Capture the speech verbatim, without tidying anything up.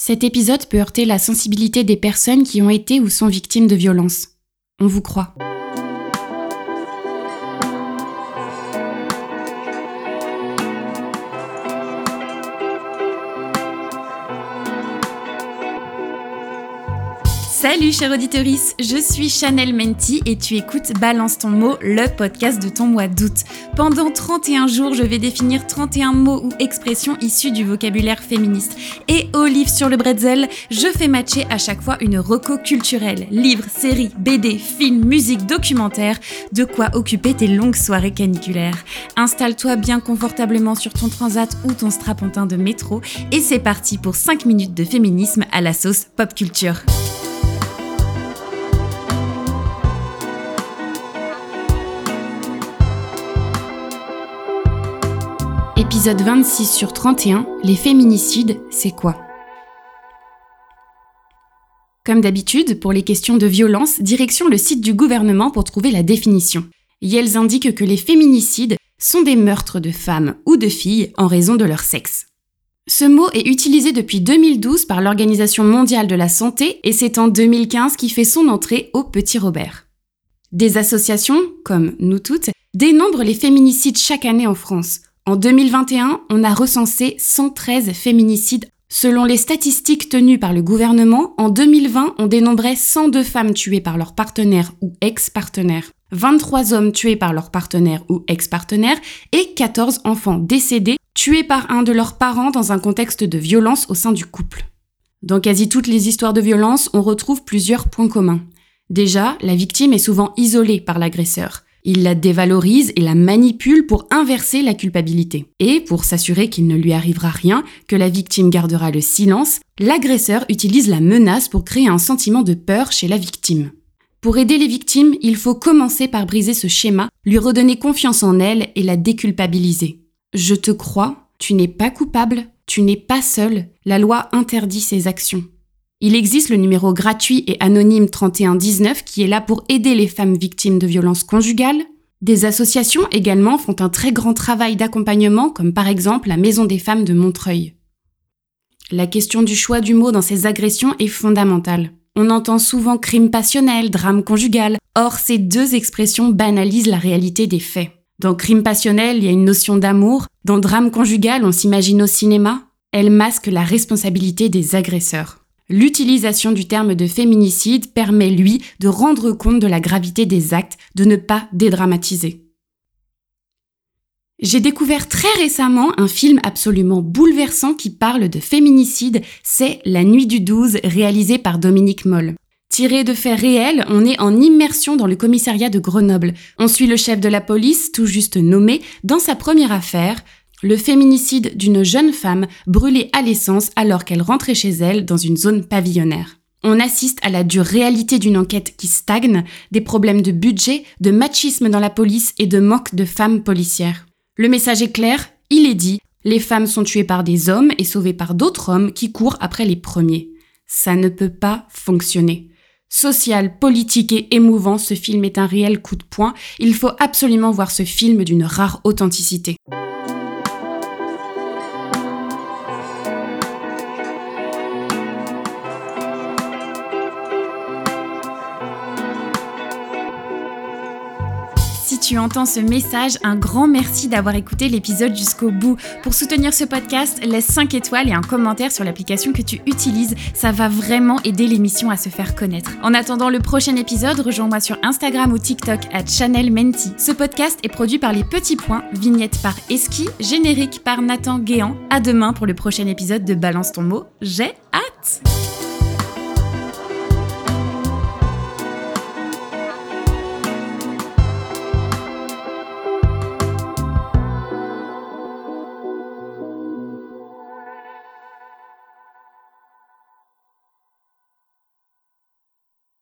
Cet épisode peut heurter la sensibilité des personnes qui ont été ou sont victimes de violences. On vous croit. Salut chère auditorice, je suis Chanel Menti et tu écoutes Balance ton mot, le podcast de ton mois d'août. Pendant trente et un jours, je vais définir trente et un mots ou expressions issus du vocabulaire féministe. Et au livre sur le bretzel, je fais matcher à chaque fois une reco culturelle. Livres, séries, B D, films, musique, documentaires, de quoi occuper tes longues soirées caniculaires. Installe-toi bien confortablement sur ton transat ou ton strapontin de métro et c'est parti pour cinq minutes de féminisme à la sauce pop culture. Épisode vingt-six sur trente et un, les féminicides, c'est quoi ? Comme d'habitude, pour les questions de violence, direction le site du gouvernement pour trouver la définition. Et elles indiquent que les féminicides sont des meurtres de femmes ou de filles en raison de leur sexe. Ce mot est utilisé depuis deux mille douze par l'Organisation mondiale de la santé et c'est en deux mille quinze qu'il fait son entrée au Petit Robert. Des associations, comme Nous Toutes, dénombrent les féminicides chaque année en France. En deux mille vingt et un, on a recensé cent treize féminicides. Selon les statistiques tenues par le gouvernement, en deux mille vingt, on dénombrait cent deux femmes tuées par leur partenaire ou ex-partenaire, vingt-trois hommes tués par leur partenaire ou ex-partenaire et quatorze enfants décédés tués par un de leurs parents dans un contexte de violence au sein du couple. Dans quasi toutes les histoires de violence, on retrouve plusieurs points communs. Déjà, la victime est souvent isolée par l'agresseur. Il la dévalorise et la manipule pour inverser la culpabilité. Et pour s'assurer qu'il ne lui arrivera rien, que la victime gardera le silence, l'agresseur utilise la menace pour créer un sentiment de peur chez la victime. Pour aider les victimes, il faut commencer par briser ce schéma, lui redonner confiance en elle et la déculpabiliser. Je te crois, tu n'es pas coupable, tu n'es pas seule, la loi interdit ces actions. Il existe le numéro gratuit et anonyme trente et un dix-neuf qui est là pour aider les femmes victimes de violences conjugales. Des associations également font un très grand travail d'accompagnement, comme par exemple la Maison des femmes de Montreuil. La question du choix du mot dans ces agressions est fondamentale. On entend souvent crime passionnel, drame conjugal. Or, ces deux expressions banalisent la réalité des faits. Dans crime passionnel, il y a une notion d'amour. Dans drame conjugal, on s'imagine au cinéma. Elle masque la responsabilité des agresseurs. L'utilisation du terme de féminicide permet, lui, de rendre compte de la gravité des actes, de ne pas dédramatiser. J'ai découvert très récemment un film absolument bouleversant qui parle de féminicide, c'est La Nuit du douze, réalisé par Dominique Moll. Tiré de faits réels, on est en immersion dans le commissariat de Grenoble. On suit le chef de la police, tout juste nommé, dans sa première affaire, le féminicide d'une jeune femme brûlée à l'essence alors qu'elle rentrait chez elle dans une zone pavillonnaire. On assiste à la dure réalité d'une enquête qui stagne, des problèmes de budget, de machisme dans la police et de manque de femmes policières. Le message est clair, il est dit, les femmes sont tuées par des hommes et sauvées par d'autres hommes qui courent après les premiers. Ça ne peut pas fonctionner. Social, politique et émouvant, ce film est un réel coup de poing. Il faut absolument voir ce film d'une rare authenticité. Si tu entends ce message, un grand merci d'avoir écouté l'épisode jusqu'au bout. Pour soutenir ce podcast, laisse cinq étoiles et un commentaire sur l'application que tu utilises. Ça va vraiment aider l'émission à se faire connaître. En attendant le prochain épisode, rejoins-moi sur Instagram ou TikTok at Chanel Menti. Ce podcast est produit par Les Petits Points, vignette par Eski, générique par Nathan Guéant. À demain pour le prochain épisode de Balance ton mot. J'ai hâte!